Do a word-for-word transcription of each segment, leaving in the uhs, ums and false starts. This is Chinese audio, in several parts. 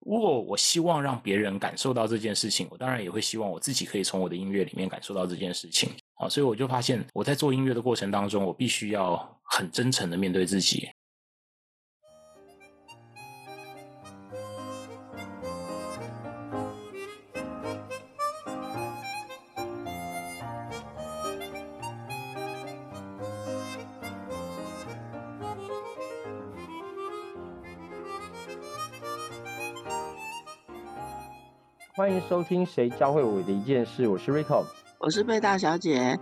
如果我希望让别人感受到这件事情，我当然也会希望我自己可以从我的音乐里面感受到这件事情。好，所以我就发现我在做音乐的过程当中，我必须要很真诚的面对自己。 欢迎收听谁教会我的一件事，我是 Rico， 我是贝大小姐。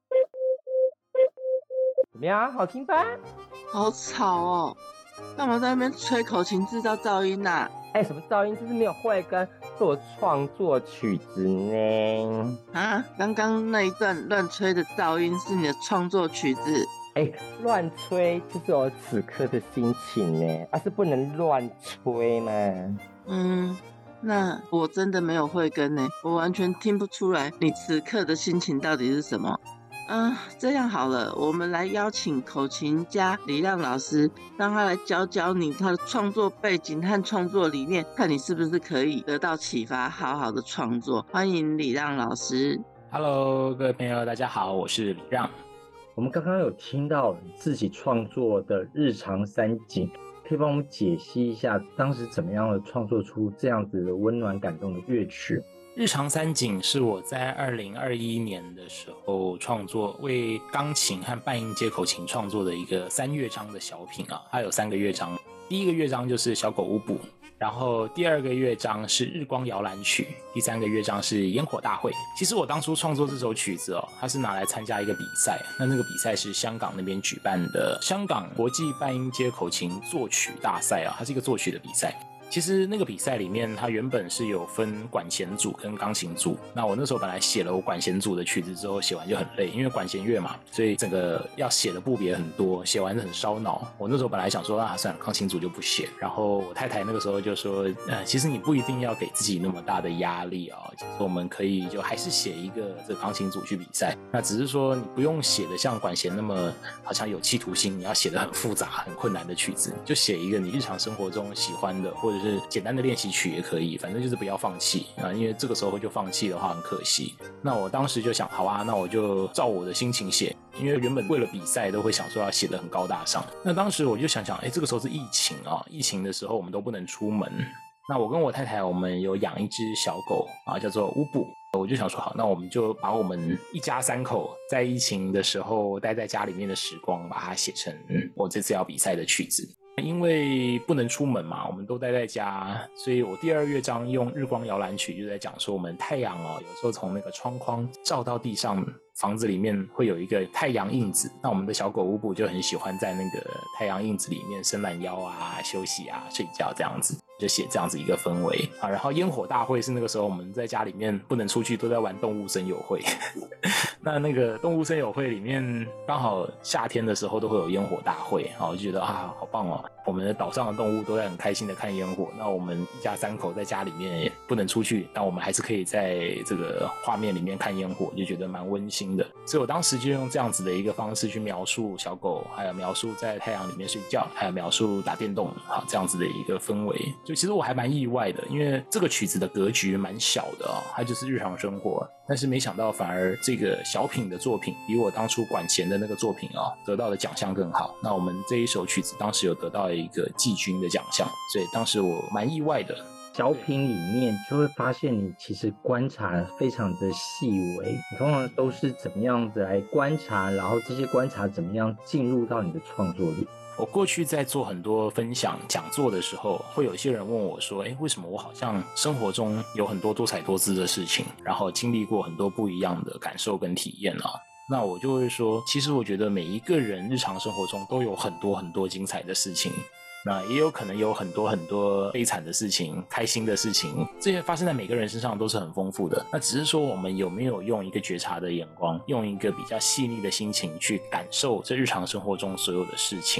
怎么样，好听吧？ 好吵哦，干嘛在那边吹口琴制造噪音啊？ 哎，什么噪音？就是没有慧根做创作曲子呢？ 啊，刚刚那一段乱吹的噪音是你的创作曲子？ 哎，乱吹就是我此刻的心情呢，而、啊、是不能乱吹嘛。 嗯。那我真的没有慧根呢，我完全听不出来你此刻的心情到底是什么。嗯，这样好了，我们来邀请口琴家李亮老师，让他来教教你他的创作背景和创作理念，看你是不是可以得到启发，好好的创作。欢迎李亮老师。 Hello， 各位朋友，大家好，我是李亮。 我们刚刚有听到自己创作的日常三景，可以帮我们解析一下当时怎么样的创作出这样子的温暖感动的乐曲？ 日常三景是我在二零二一年的时候创作，为钢琴和半音阶口琴创作的一个三乐章的小品啊，它有三个乐章。第一个乐章就是小狗乌布，然后第二个乐章是日光摇篮曲，第三个乐章是烟火大会。其实我当初创作这首曲子哦，它是拿来参加一个比赛，那那个比赛是香港那边举办的香港国际半音阶口琴作曲大赛啊，它是一个作曲的比赛。其实那个比赛里面，它原本是有分管弦组跟钢琴组。那我那时候本来写了我管弦组的曲子之后，写完就很累，因为管弦乐嘛，所以整个要写的部别很多，写完很烧脑。我那时候本来想说啊，算了，钢琴组就不写。然后我太太那个时候就说，呃，其实你不一定要给自己那么大的压力啊、哦，其实我们可以就还是写一个这个钢琴组去比赛。那只是说你不用写的像管弦那么好像有企图心，你要写的很复杂、很困难的曲子，就写一个你日常生活中喜欢的，或者是简单的练习曲也可以，反正就是不要放弃啊，因为这个时候就放弃的话很可惜。那我当时就想，好啊，那我就照我的心情写，因为原本为了比赛都会想说要写得很高大上。那当时我就想想，哎，这个时候是疫情啊，疫情的时候我们都不能出门。那我跟我太太我们有养一只小狗啊，叫做乌布。我就想说，好，那我们就把我们一家三口在疫情的时候待在家里面的时光，把它写成我这次要比赛的曲子。因为不能出门嘛，我们都待在家，所以我第二乐章用日光摇篮曲就在讲说，我们太阳哦，有时候从那个窗框照到地上，房子里面会有一个太阳印子。那我们的小狗乌布就很喜欢在那个太阳印子里面伸懒腰啊、休息啊、睡觉这样子，就写这样子一个氛围啊。然后烟火大会是那个时候我们在家里面不能出去，都在玩动物森友会。那那个动物森友会里面，刚好夏天的时候都会有烟火大会啊，我就觉得啊，好棒哦！我们的岛上的动物都在很开心的看烟火，那我们一家三口在家里面也不能出去，但我们还是可以在这个画面里面看烟火，就觉得蛮温馨的。所以我当时就用这样子的一个方式去描述小狗，还有描述在太阳里面睡觉，还有描述打电动啊这样子的一个氛围。就其实我还蛮意外的，因为这个曲子的格局蛮小的哦，它就是日常生活，但是没想到反而这个小品的作品比我当初管弦的那个作品哦得到的奖项更好。那我们这一首曲子当时有得到一个季军的奖项，所以当时我蛮意外的。 小品里面就会发现你其实观察非常的细微，你通常都是怎么样子来观察，然后这些观察怎么样进入到你的创作里？ 我过去在做很多分享讲座的时候，会有一些人问我说，诶，为什么我好像生活中有很多多彩多姿的事情，然后经历过很多不一样的感受跟体验啊？那我就会说，其实我觉得每一个人日常生活中都有很多很多精彩的事情，那也有可能有很多很多悲惨的事情、开心的事情，这些发生在每个人身上都是很丰富的。那只是说我们有没有用一个觉察的眼光，用一个比较细腻的心情去感受这日常生活中所有的事情。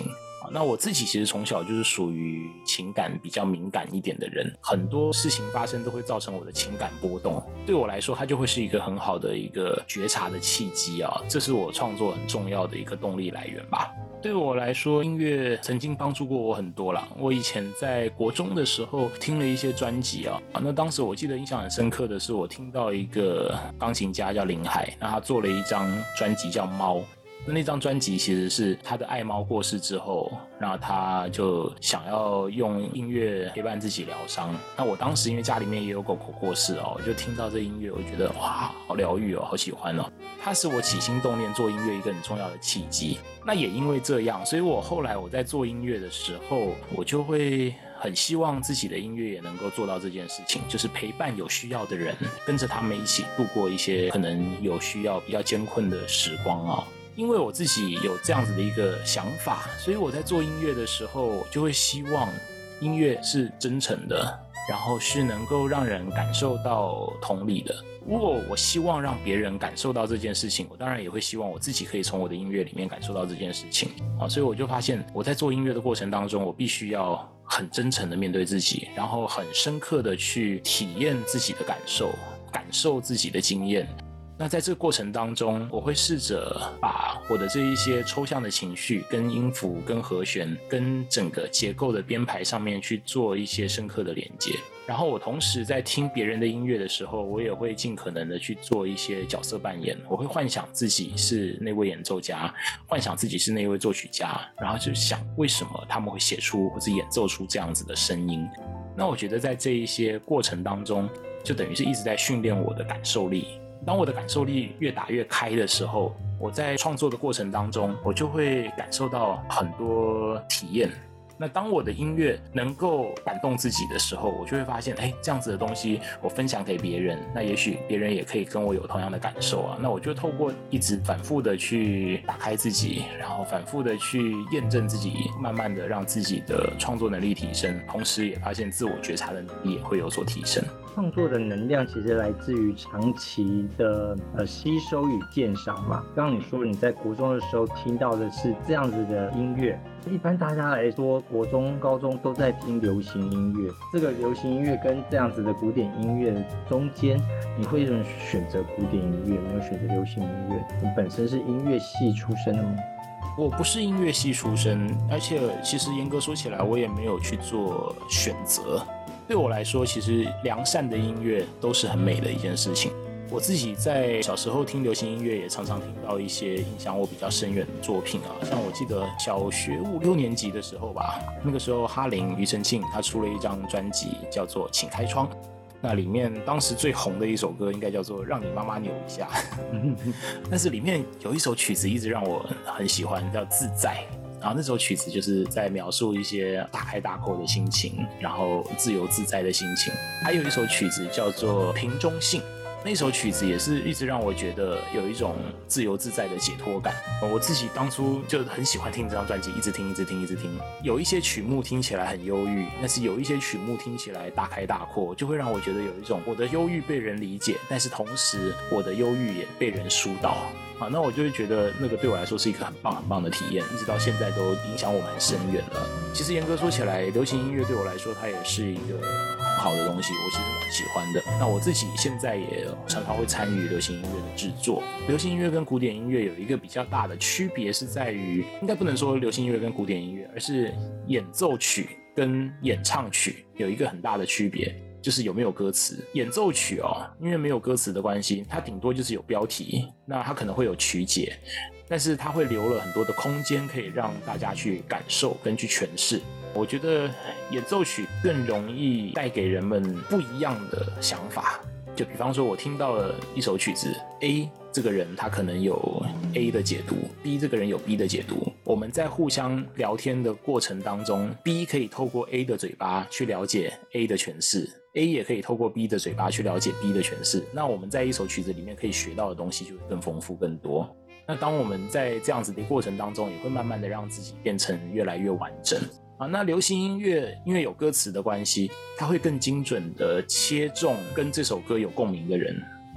那我自己其实从小就是属于情感比较敏感一点的人，很多事情发生都会造成我的情感波动，对我来说它就会是一个很好的一个觉察的契机啊，这是我创作很重要的一个动力来源吧。对我来说，音乐曾经帮助过我很多啦。我以前在国中的时候听了一些专辑啊，那当时我记得印象很深刻的是，我听到一个钢琴家叫林海，那他做了一张专辑叫《猫》。那那张专辑其实是他的爱猫过世之后，那他就想要用音乐陪伴自己疗伤。那我当时因为家里面也有狗狗过世哦，我就听到这音乐，我觉得哇，好疗愈哦，好喜欢哦。它是我起心动念做音乐一个很重要的契机。那也因为这样，所以我后来我在做音乐的时候，我就会很希望自己的音乐也能够做到这件事情，就是陪伴有需要的人，跟着他们一起度过一些可能有需要比较艰困的时光啊。因为我自己有这样子的一个想法，所以我在做音乐的时候就会希望音乐是真诚的，然后是能够让人感受到同理的。如果我希望让别人感受到这件事情，我当然也会希望我自己可以从我的音乐里面感受到这件事情啊。所以我就发现我在做音乐的过程当中，我必须要很真诚的面对自己，然后很深刻的去体验自己的感受，感受自己的经验。那在这个过程当中，我会试着把我的这一些抽象的情绪跟音符跟和弦跟整个结构的编排上面去做一些深刻的连接，然后我同时在听别人的音乐的时候，我也会尽可能的去做一些角色扮演，我会幻想自己是那位演奏家，幻想自己是那位作曲家，然后就想为什么他们会写出或者演奏出这样子的声音。那我觉得在这一些过程当中，就等于是一直在训练我的感受力。当我的感受力越打越开的时候，我在创作的过程当中，我就会感受到很多体验。那当我的音乐能够感动自己的时候，我就会发现，哎，这样子的东西我分享给别人，那也许别人也可以跟我有同样的感受啊。那我就透过一直反复的去打开自己，然后反复的去验证自己，慢慢的让自己的创作能力提升，同时也发现自我觉察的能力也会有所提升。 创作的能量其实来自于长期的呃吸收与鉴赏嘛。刚刚你说你在国中的时候听到的是这样子的音乐，一般大家来说，国中、高中都在听流行音乐。这个流行音乐跟这样子的古典音乐中间，你会选择古典音乐，没有选择流行音乐？你本身是音乐系出身的吗？ 我不是音乐系出身，而且其实严格说起来，我也没有去做选择。对我来说，其实良善的音乐都是很美的一件事情。我自己在小时候听流行音乐，也常常听到一些影响我比较深远的作品啊。像我记得小学五六年级的时候吧，那个时候哈林、庾澄庆他出了一张专辑，叫做《请开窗》。那里面当时最红的一首歌应该叫做《让你妈妈扭一下》，但是里面有一首曲子一直让我很喜欢，叫《自在》。然后那首曲子就是在描述一些大开大口的心情，然后自由自在的心情。还有一首曲子叫做《瓶中信》，那首曲子也是一直让我觉得有一种自由自在的解脱感。我自己当初就很喜欢听这张专辑，一直听一直听一直听。有一些曲目听起来很忧郁，但是有一些曲目听起来大开大阔，就会让我觉得有一种我的忧郁被人理解，但是同时我的忧郁也被人疏导。啊，那我就会觉得那个对我来说是一个很棒很棒的体验，一直到现在都影响我蛮深远了。其实严格说起来，流行音乐对我来说它也是一个很好的东西，我其实蛮喜欢的。那我自己现在也常常会参与流行音乐的制作。流行音乐跟古典音乐有一个比较大的区别是在于，应该不能说流行音乐跟古典音乐，而是演奏曲跟演唱曲有一个很大的区别，就是有没有歌词。演奏曲哦，因为没有歌词的关系，它顶多就是有标题，那它可能会有曲解，但是它会留了很多的空间可以让大家去感受跟去诠释。我觉得演奏曲更容易带给人们不一样的想法。就比方说我听到了一首曲子 A， 这个人他可能有 A 的解读， B 这个人有 B 的解读。我们在互相聊天的过程当中， B 可以透过 A 的嘴巴去了解 A 的诠释， A 也可以透过 B 的嘴巴去了解 B 的诠释。那我们在一首曲子里面可以学到的东西就会更丰富更多。那当我们在这样子的过程当中，也会慢慢的让自己变成越来越完整。啊，那流行音乐因为有歌词的关系，它会更精准的切中跟这首歌有共鸣的人，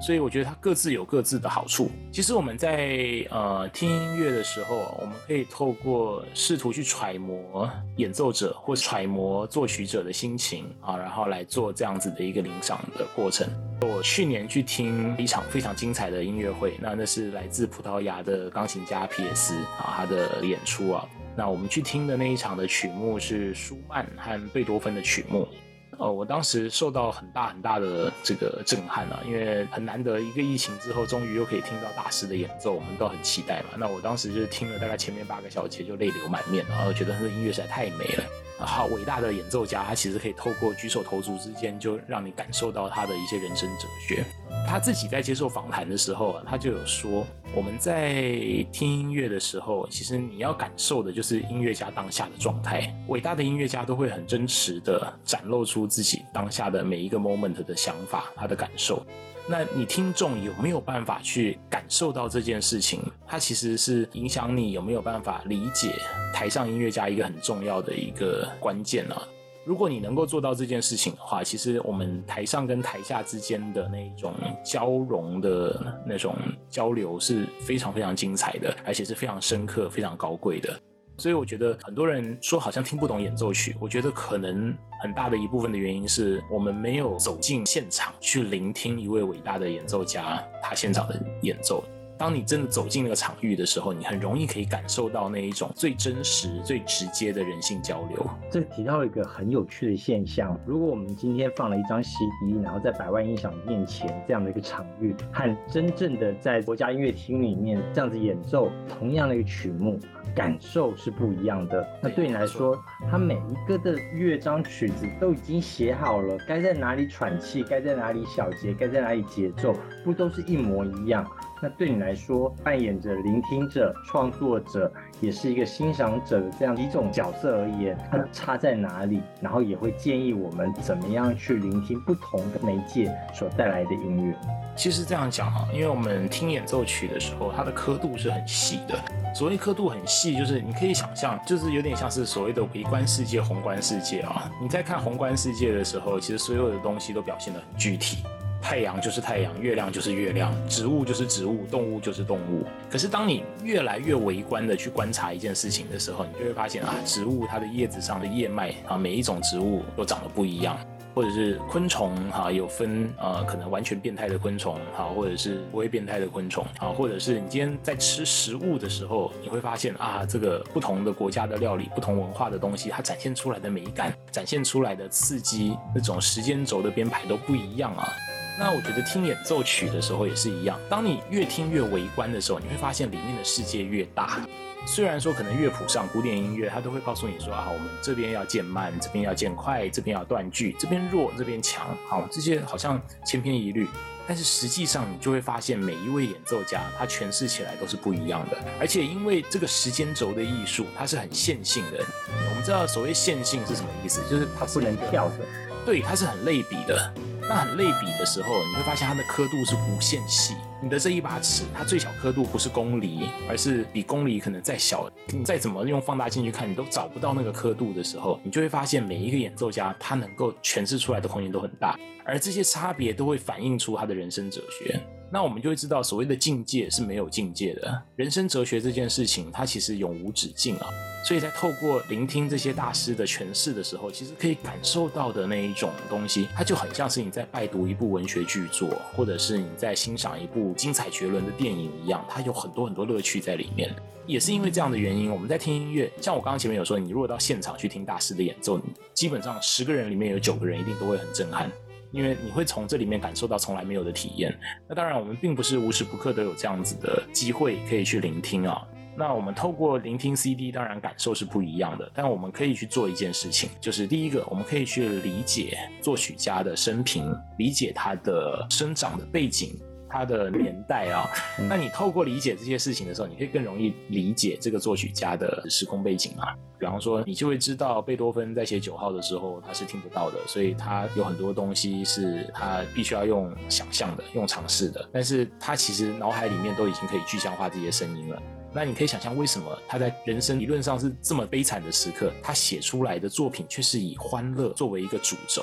所以我觉得它各自有各自的好处。其实我们在呃听音乐的时候，我们可以透过试图去揣摩演奏者或揣摩作曲者的心情啊，然后来做这样子的一个领赏的过程。我去年去听一场非常精彩的音乐会，那那是来自葡萄牙的钢琴家皮耶斯啊，他的演出啊。那我们去听的那一场的曲目是舒曼和贝多芬的曲目。呃，我当时受到很大很大的这个震撼啊，因为很难得一个疫情之后，终于又可以听到大师的演奏，我们都很期待嘛。那我当时就是听了大概前面八个小节就泪流满面，然后觉得这个音乐实在太美了。好伟大的演奏家，他其实可以透过举手投足之间就让你感受到他的一些人生哲学。他自己在接受访谈的时候啊，他就有说，我们在听音乐的时候，其实你要感受的就是音乐家当下的状态。伟大的音乐家都会很真实的展露出自己当下的每一个 moment 的想法，他的感受。那你听众有没有办法去感受到这件事情，它其实是影响你有没有办法理解台上音乐家一个很重要的一个关键啊。如果你能够做到这件事情的话，其实我们台上跟台下之间的那一种交融的那种交流是非常非常精彩的，而且是非常深刻非常高贵的。所以我觉得很多人说好像听不懂演奏曲，我觉得可能很大的一部分的原因是我们没有走进现场去聆听一位伟大的演奏家他现场的演奏。当你真的走进那个场域的时候，你很容易可以感受到那一种最真实最直接的人性交流。 这提到一个很有趣的现象，如果我们今天放了一张 C D， 然后在百万音响面前这样的一个场域，和真正的在国家音乐厅里面这样子演奏同样的一个曲目，感受是不一样的。那对你来说，它每一个的乐章曲子都已经写好了，该在哪里喘气，该在哪里小节，该在哪里节奏，不都是一模一样？那对你来说，扮演着聆听者、创作者，也是一个欣赏者的这样几种角色而言，它差在哪里？然后也会建议我们怎么样去聆听不同的媒介所带来的音乐。 其实这样讲啊，因为我们听演奏曲的时候，它的刻度是很细的。所谓刻度很细，就是你可以想象，就是有点像是所谓的微观世界、宏观世界啊。你在看宏观世界的时候，其实所有的东西都表现得很具体。太阳就是太阳，月亮就是月亮，植物就是植物，动物就是动物。可是当你越来越微观的去观察一件事情的时候，你就会发现啊，植物它的叶子上的叶脉啊，每一种植物都长得不一样。或者是昆虫哈、啊，有分呃可能完全变态的昆虫好、啊，或者是不会变态的昆虫好、啊，或者是你今天在吃食物的时候，你会发现啊，这个不同的国家的料理、不同文化的东西，它展现出来的美感、展现出来的刺激，那种时间轴的编排都不一样啊。那我觉得听演奏曲的时候也是一样，当你越听越微观的时候，你会发现里面的世界越大。虽然说可能乐谱上古典音乐它都会告诉你说啊，我们这边要渐慢，这边要渐快，这边要断句，这边弱，这边强，好，这些好像千篇一律。但是实际上你就会发现每一位演奏家他诠释起来都是不一样的，而且因为这个时间轴的艺术它是很线性的。我们知道所谓线性是什么意思，就是它是不能跳的， 对，它是很类比的。那很类比的时候，你会发现它的刻度是无限细。你的这一把尺，它最小刻度不是公厘，而是比公厘可能再小。你再怎么用放大镜去看，你都找不到那个刻度的时候，你就会发现每一个演奏家他能够诠释出来的空间都很大，而这些差别都会反映出他的人生哲学。那我们就会知道，所谓的境界是没有境界的。人生哲学这件事情，它其实永无止境啊。所以在透过聆听这些大师的诠释的时候，其实可以感受到的那一种东西，它就很像是你在拜读一部文学巨作，或者是你在欣赏一部精彩绝伦的电影一样，它有很多很多乐趣在里面。也是因为这样的原因，我们在听音乐，像我刚刚前面有说，你如果到现场去听大师的演奏，你基本上十个人里面有九个人一定都会很震撼。因为你会从这里面感受到从来没有的体验。那当然我们并不是无时不刻都有这样子的机会可以去聆听啊。那我们透过聆听 C D 当然感受是不一样的，但我们可以去做一件事情，就是第一个我们可以去理解作曲家的生平，理解他的生长的背景，他的年代啊。那你透过理解这些事情的时候，你可以更容易理解这个作曲家的时空背景啊。比方说你就会知道贝多芬在写九号的时候他是听不到的，所以他有很多东西是他必须要用想象的，用尝试的，但是他其实脑海里面都已经可以具象化这些声音了。那你可以想象为什么他在人生理论上是这么悲惨的时刻，他写出来的作品却是以欢乐作为一个主轴。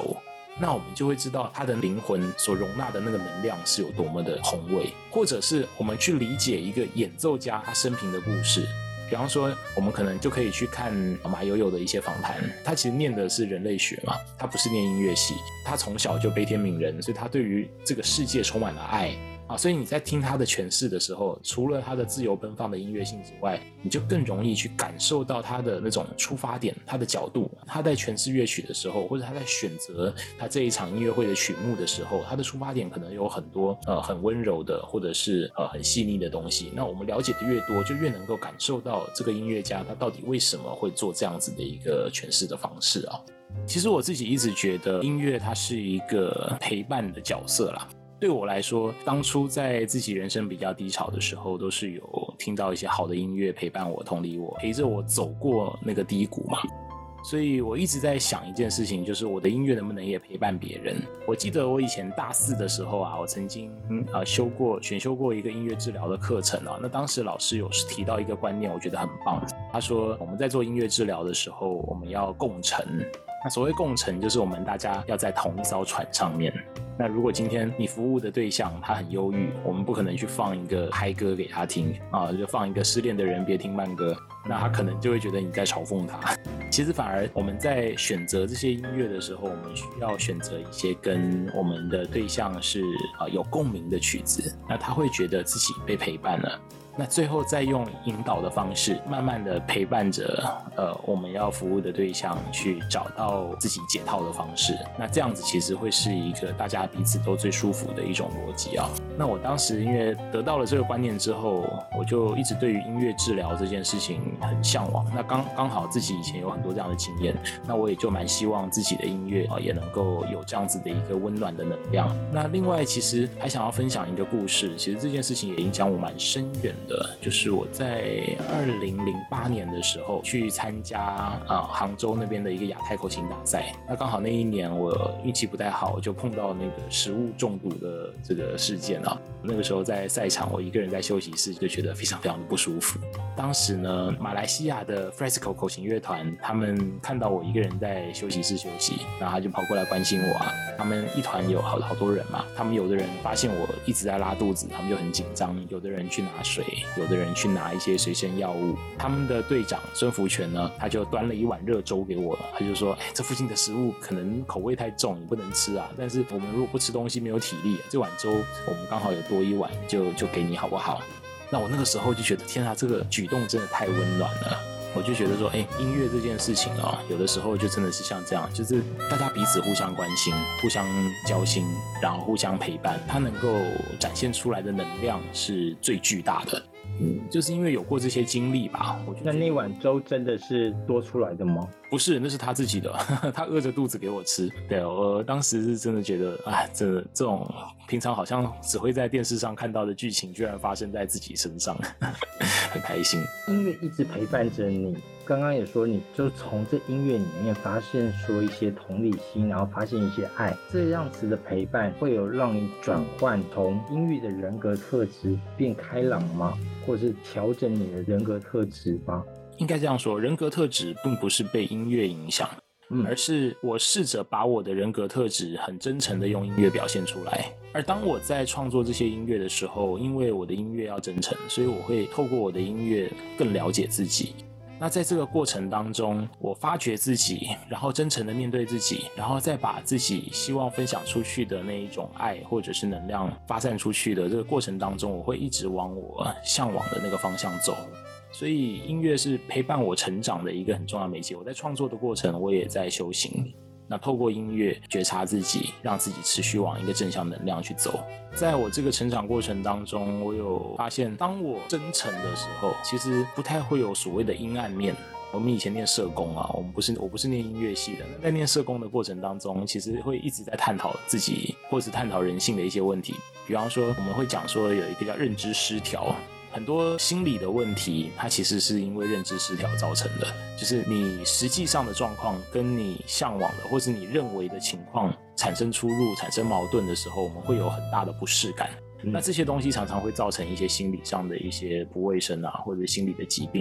那我们就会知道他的灵魂所容纳的那个能量是有多么的宏伟，或者是我们去理解一个演奏家他生平的故事。比方说我们可能就可以去看马友友的一些访谈，他其实念的是人类学嘛，他不是念音乐系，他从小就悲天悯人，所以他对于这个世界充满了爱啊，所以你在听他的诠释的时候，除了他的自由奔放的音乐性之外，你就更容易去感受到他的那种出发点，他的角度。他在诠释乐曲的时候，或者他在选择他这一场音乐会的曲目的时候，他的出发点可能有很多呃很温柔的，或者是呃很细腻的东西。那我们了解的越多，就越能够感受到这个音乐家他到底为什么会做这样子的一个诠释的方式啊。其实我自己一直觉得音乐它是一个陪伴的角色啦。对我来说，当初在自己人生比较低潮的时候，都是有听到一些好的音乐陪伴我、同理我，陪着我走过那个低谷嘛。所以我一直在想一件事情，就是我的音乐能不能也陪伴别人。我记得我以前大四的时候啊，我曾经呃修过选修过一个音乐治疗的课程啊。那当时老师有提到一个观念，我觉得很棒。他说我们在做音乐治疗的时候，我们要共乘。那所谓共乘，就是我们大家要在同一艘船上面。那如果今天你服务的对象他很忧郁，我们不可能去放一个嗨歌给他听啊，就放一个失恋的人别听慢歌，那他可能就会觉得你在嘲讽他。其实反而我们在选择这些音乐的时候，我们需要选择一些跟我们的对象是啊有共鸣的曲子，那他会觉得自己被陪伴了。那最后再用引导的方式，慢慢的陪伴着呃我们要服务的对象去找到自己解套的方式。那这样子其实会是一个大家彼此都最舒服的一种逻辑啊。那我当时因为得到了这个观念之后，我就一直对于音乐治疗这件事情很向往。那刚刚好自己以前有很多这样的经验，那我也就蛮希望自己的音乐啊也能够有这样子的一个温暖的能量。那另外其实还想要分享一个故事，其实这件事情也影响我蛮深远的。就是我在二零零八年的时候去参加啊杭州那边的一个亚太口琴大赛，那刚好那一年我运气不太好，就碰到那个食物中毒的这个事件啊。那个时候在赛场，我一个人在休息室就觉得非常非常的不舒服。当时呢，马来西亚的 Fresco 口琴乐团，他们看到我一个人在休息室休息，然后他就跑过来关心我啊。他们一团有好好多人嘛，他们有的人发现我一直在拉肚子，他们就很紧张；有的人去拿水，有的人去拿一些随身药物。他们的队长孙福全呢，他就端了一碗热粥给我，他就说：“哎，这附近的食物可能口味太重，你不能吃啊。但是我们如果不吃东西，没有体力，这碗粥我们刚好有多一碗，就就给你好不好？”那我那个时候就觉得，天啊，这个举动真的太温暖了。我就觉得说，哎，音乐这件事情啊，有的时候就真的是像这样，就是大家彼此互相关心、互相交心，然后互相陪伴，它能够展现出来的能量是最巨大的。嗯，就是因为有过这些经历吧，我就那那碗粥真的是多出来的吗？ 不是，那是他自己的，他饿着肚子给我吃。对，我当时是真的觉得，哎，这这种平常好像只会在电视上看到的剧情，居然发生在自己身上，很开心。 音乐一直陪伴着你，刚刚也说，你就从这音乐里面发现说一些同理心，然后发现一些爱，这样子的陪伴会有让你转换从音乐的人格特质变开朗吗？或是调整你的人格特质吗？ 应该这样说，人格特质并不是被音乐影响，嗯，而是我试着把我的人格特质很真诚的用音乐表现出来。而当我在创作这些音乐的时候，因为我的音乐要真诚，所以我会透过我的音乐更了解自己。那在这个过程当中，我发掘自己，然后真诚的面对自己，然后再把自己希望分享出去的那一种爱或者是能量发散出去的这个过程当中，我会一直往我向往的那个方向走。所以音乐是陪伴我成长的一个很重要的媒介。我在创作的过程，我也在修行。那透过音乐觉察自己，让自己持续往一个正向能量去走。在我这个成长过程当中，我有发现，当我真诚的时候，其实不太会有所谓的阴暗面。我们以前念社工啊，我们不是我不是念音乐系的。在念社工的过程当中，其实会一直在探讨自己，或是探讨人性的一些问题。比方说，我们会讲说有一个叫认知失调。很多心理的问题，它其实是因为认知失调造成的，就是你实际上的状况跟你向往的或是你认为的情况产生出入、产生矛盾的时候，我们会有很大的不适感。嗯、那这些东西常常会造成一些心理上的一些不卫生啊，或者心理的疾病。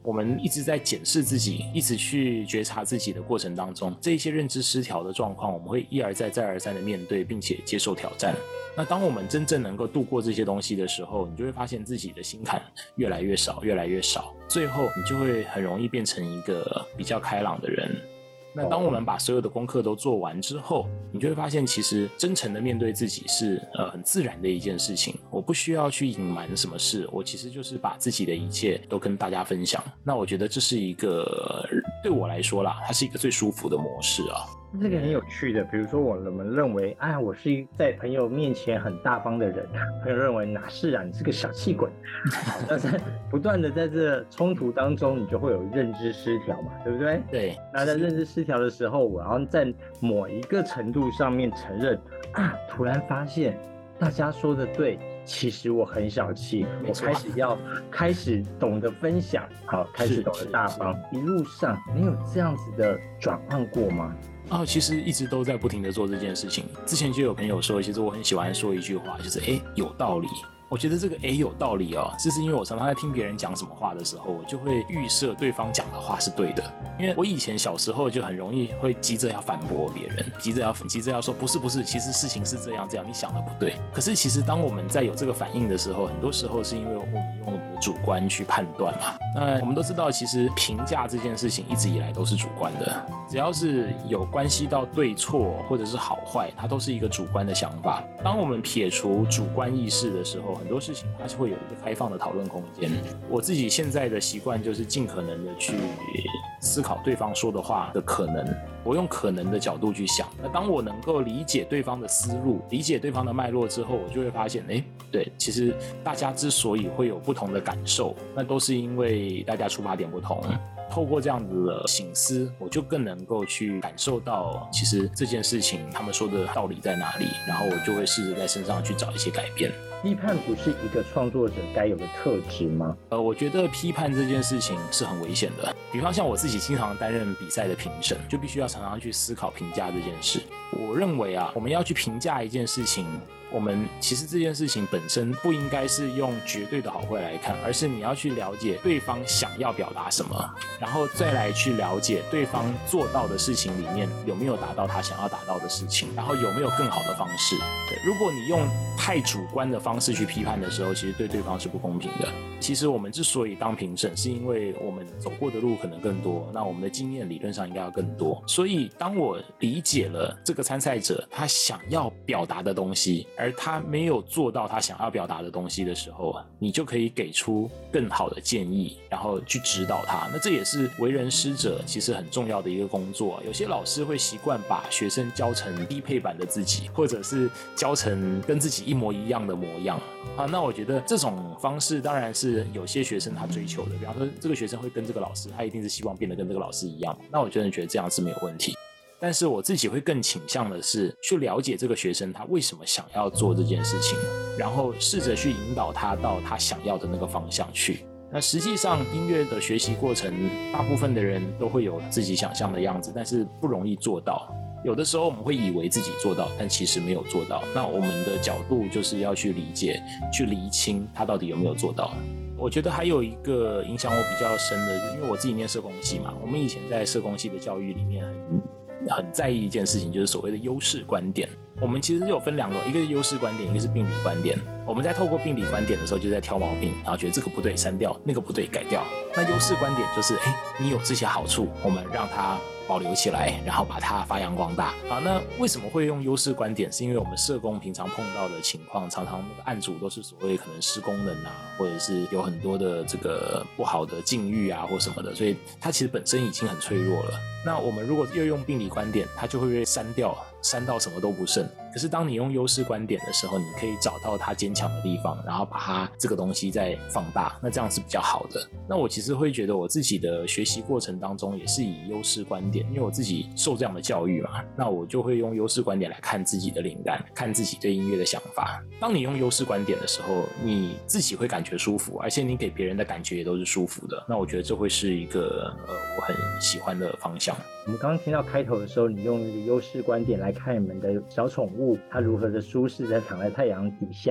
我们一直在检视自己，一直去觉察自己的过程当中，这一些认知失调的状况，我们会一而再再而三的面对，并且接受挑战。那当我们真正能够度过这些东西的时候，你就会发现自己的心坎越来越少越来越少，最后你就会很容易变成一个比较开朗的人。那当我们把所有的功课都做完之后，你就会发现其实真诚的面对自己是呃很自然的一件事情，我不需要去隐瞒什么事，我其实就是把自己的一切都跟大家分享。那我觉得这是一个对我来说啦，它是一个最舒服的模式啊。 这个很有趣的，比如说我们认为，哎，我是在朋友面前很大方的人，朋友认为哪是啊，你是个小气鬼。但是不断的在这冲突当中，你就会有认知失调嘛，对不对？ 对。 那在认知失调的时候，我要在某一个程度上面承认啊，突然发现大家说的对，其实我很小气，我开始要开始懂得分享，好，开始懂得大方。一路上你有这样子的转换过吗？ 哦，其实一直都在不停的做这件事情。之前就有朋友说，其实我很喜欢说一句话，就是哎，有道理。我觉得这个哎有道理哦，这是因为我常常在听别人讲什么话的时候，我就会预设对方讲的话是对的。因为我以前小时候就很容易会急着要反驳别人，急着要急着要说不是不是，其实事情是这样这样，你想的不对。可是其实当我们在有这个反应的时候，很多时候是因为我们用我们的主观去判断嘛。那我们都知道，其实评价这件事情一直以来都是主观的，只要是有关系到对错或者是好坏，它都是一个主观的想法。当我们撇除主观意识的时候，很多事情它是会有一个开放的讨论空间。我自己现在的习惯就是尽可能的去思考对方说的话的可能，我用可能的角度去想。那当我能够理解对方的思路，理解对方的脉络之后，我就会发现，哎，对，其实大家之所以会有不同的感受，那都是因为大家出发点不同。透过这样子的省思，我就更能够去感受到其实这件事情他们说的道理在哪里，然后我就会试着在身上去找一些改变。 批判不是一个创作者该有的特质吗？ 呃，我觉得批判这件事情是很危险的。比方像我自己经常担任比赛的评审，就必须要常常去思考评价这件事。我认为啊，我们要去评价一件事情，我们其实这件事情本身不应该是用绝对的好坏来看，而是你要去了解对方想要表达什么，然后再来去了解对方做到的事情里面有没有达到他想要达到的事情，然后有没有更好的方式。对，如果你用太主观的方式去批判的时候，其实对对方是不公平的。其实我们之所以当评审，是因为我们走过的路可能更多，那我们的经验理论上应该要更多。所以当我理解了这个参赛者他想要表达的东西，而他没有做到他想要表达的东西的时候，你就可以给出更好的建议，然后去指导他。那这也是为人师者其实很重要的一个工作。有些老师会习惯把学生教成低配版的自己，或者是教成跟自己一模一样的模样啊。那我觉得这种方式当然是有些学生他追求的，比方说这个学生会跟这个老师，他一定是希望变得跟这个老师一样。那我真的觉得这样是没有问题。但是我自己会更倾向的是去了解这个学生他为什么想要做这件事情，然后试着去引导他到他想要的那个方向去。那实际上音乐的学习过程，大部分的人都会有自己想象的样子，但是不容易做到。有的时候我们会以为自己做到，但其实没有做到。那我们的角度就是要去理解，去厘清他到底有没有做到。我觉得还有一个影响我比较深的，因为我自己念社工系嘛，我们以前在社工系的教育里面很很在意一件事情，就是所谓的优势观点。我们其实有分两个，一个是优势观点，一个是病理观点。我们在透过病理观点的时候，就在挑毛病，然后觉得这个不对删掉，那个不对改掉。那优势观点就是，哎，你有这些好处，我们让它保留起来，然后把它发扬光大。好，那为什么会用优势观点？是因为我们社工平常碰到的情况，常常那个案主都是所谓可能失功能啊，或者是有很多的这个不好的境遇啊或什么的，所以它其实本身已经很脆弱了。那我们如果又用病理观点，它就会被删掉，删到什么都不剩。可是当你用优势观点的时候，你可以找到它坚强的地方，然后把它这个东西再放大，那这样是比较好的。那我其实会觉得我自己的学习过程当中也是以优势观点，因为我自己受这样的教育嘛，那我就会用优势观点来看自己的灵感，看自己对音乐的想法。当你用优势观点的时候，你自己会感觉舒服，而且你给别人的感觉也都是舒服的。那我觉得这会是一个呃我很喜欢的方向。 我们刚刚听到开头的时候，你用一个优势观点来看你们的小宠物，它如何的舒适的躺在太阳底下。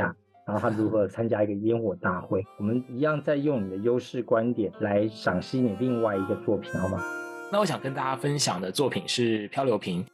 然后他如何参加一个烟火大会。我们一样再用你的优势观点来赏析你另外一个作品好吗？ 那我想跟大家分享的作品是漂流瓶。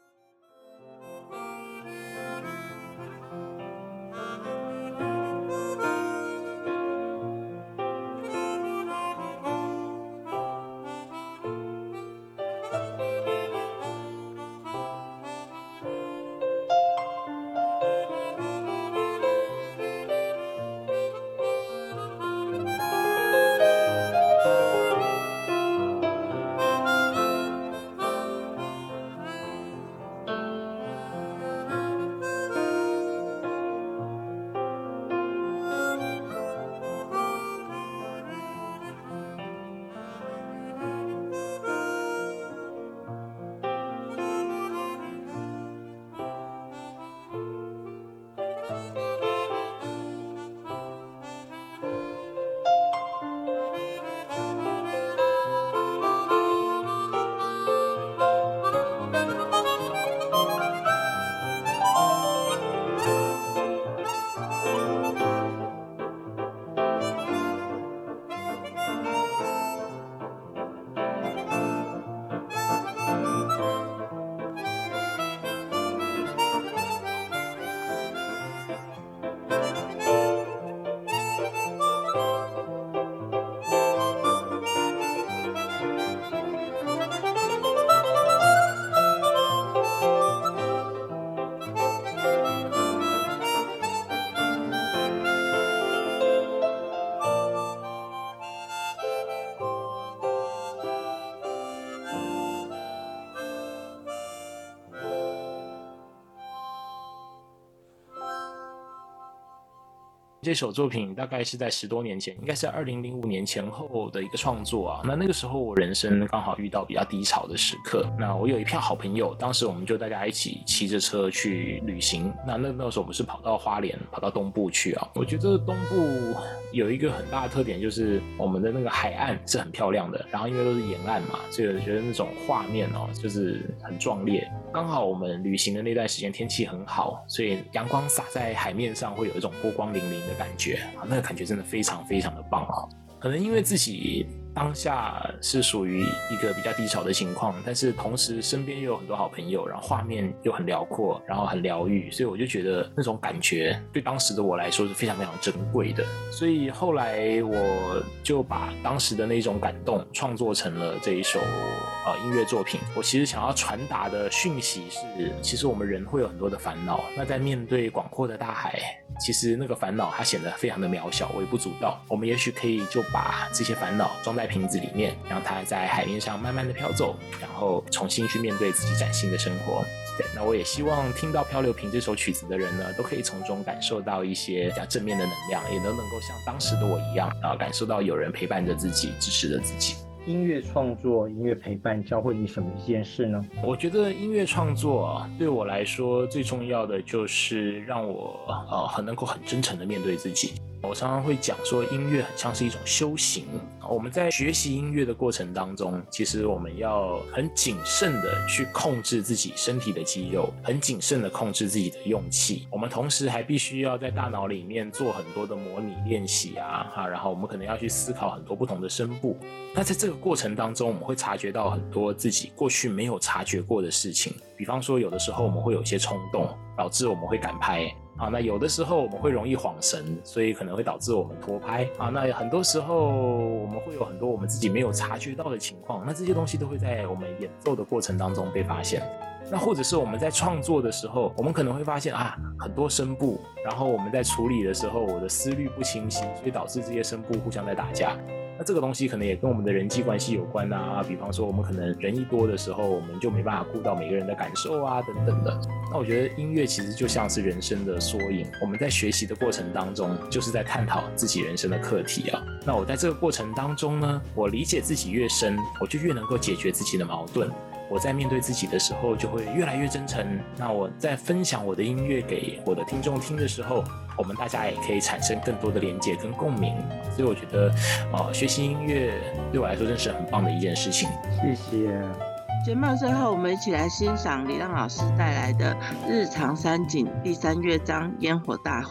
这首作品大概是在十多年前，应该是二零零五年前后的一个创作啊。那那个时候我人生刚好遇到比较低潮的时刻，那我有一票好朋友，当时我们就大家一起骑着车去旅行。那那那时候我们是跑到花莲，跑到东部去啊。我觉得东部有一个很大的特点，就是我们的那个海岸是很漂亮的，然后因为都是沿岸嘛，所以我觉得那种画面哦，就是很壮烈。刚好我们旅行的那段时间天气很好，所以阳光洒在海面上会有一种波光粼粼的感觉啊，那个感觉真的非常非常的棒啊！可能因为自己当下是属于一个比较低潮的情况，但是同时身边又有很多好朋友，然后画面又很辽阔，然后很疗愈，所以我就觉得那种感觉对当时的我来说是非常非常珍贵的。所以后来我就把当时的那种感动创作成了这一首呃音乐作品。我其实想要传达的讯息是，其实我们人会有很多的烦恼，那在面对广阔的大海，其实那个烦恼它显得非常的渺小，微不足道。我们也许可以就把这些烦恼装在瓶子里面，让它在海面上慢慢的飘走，然后重新去面对自己崭新的生活。对，那我也希望听到《漂流瓶》这首曲子的人呢，都可以从中感受到一些比较正面的能量，也都能够像当时的我一样啊，感受到有人陪伴着自己，支持着自己。 音乐创作、音乐陪伴教会你什么一件事呢？ 我觉得音乐创作对我来说最重要的就是让我呃很能够很真诚的面对自己。我常常会讲说，音乐很像是一种修行。我们在学习音乐的过程当中，其实我们要很谨慎的去控制自己身体的肌肉，很谨慎的控制自己的用气。我们同时还必须要在大脑里面做很多的模拟练习啊，哈，然后我们可能要去思考很多不同的声部。那在这个过程当中，我们会察觉到很多自己过去没有察觉过的事情。比方说，有的时候我们会有一些冲动，导致我们会赶拍。啊，那有的时候我们会容易晃神，所以可能会导致我们拖拍啊。那很多时候我们会有很多我们自己没有察觉到的情况，那这些东西都会在我们演奏的过程当中被发现。那或者是我们在创作的时候，我们可能会发现啊，很多声部，然后我们在处理的时候，我的思虑不清晰，所以导致这些声部互相在打架。那这个东西可能也跟我们的人际关系有关啊，比方说我们可能人一多的时候，我们就没办法顾到每个人的感受啊，等等的。那我觉得音乐其实就像是人生的缩影，我们在学习的过程当中，就是在探讨自己人生的课题啊。那我在这个过程当中呢，我理解自己越深，我就越能够解决自己的矛盾。我在面对自己的时候就会越来越真诚。那我在分享我的音乐给我的听众听的时候，我们大家也可以产生更多的连结跟共鸣。所以我觉得呃，学习音乐对我来说真是很棒的一件事情。 谢谢。 节目最后，我们一起来欣赏李让老师带来的《日常三景》第三乐章烟火大会。我们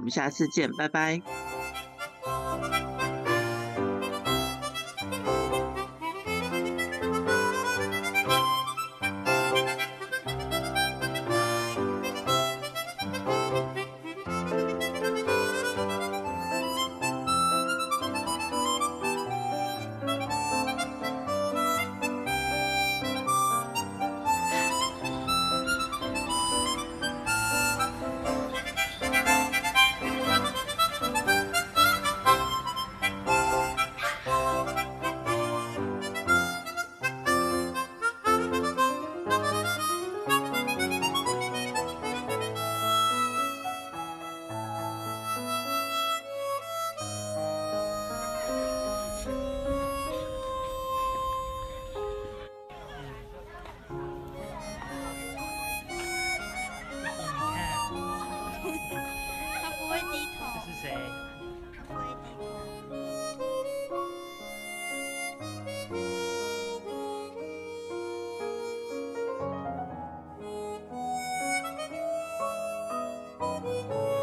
们下次见，拜拜。 他不会低头。 这是谁？ 他不会低头。 嗯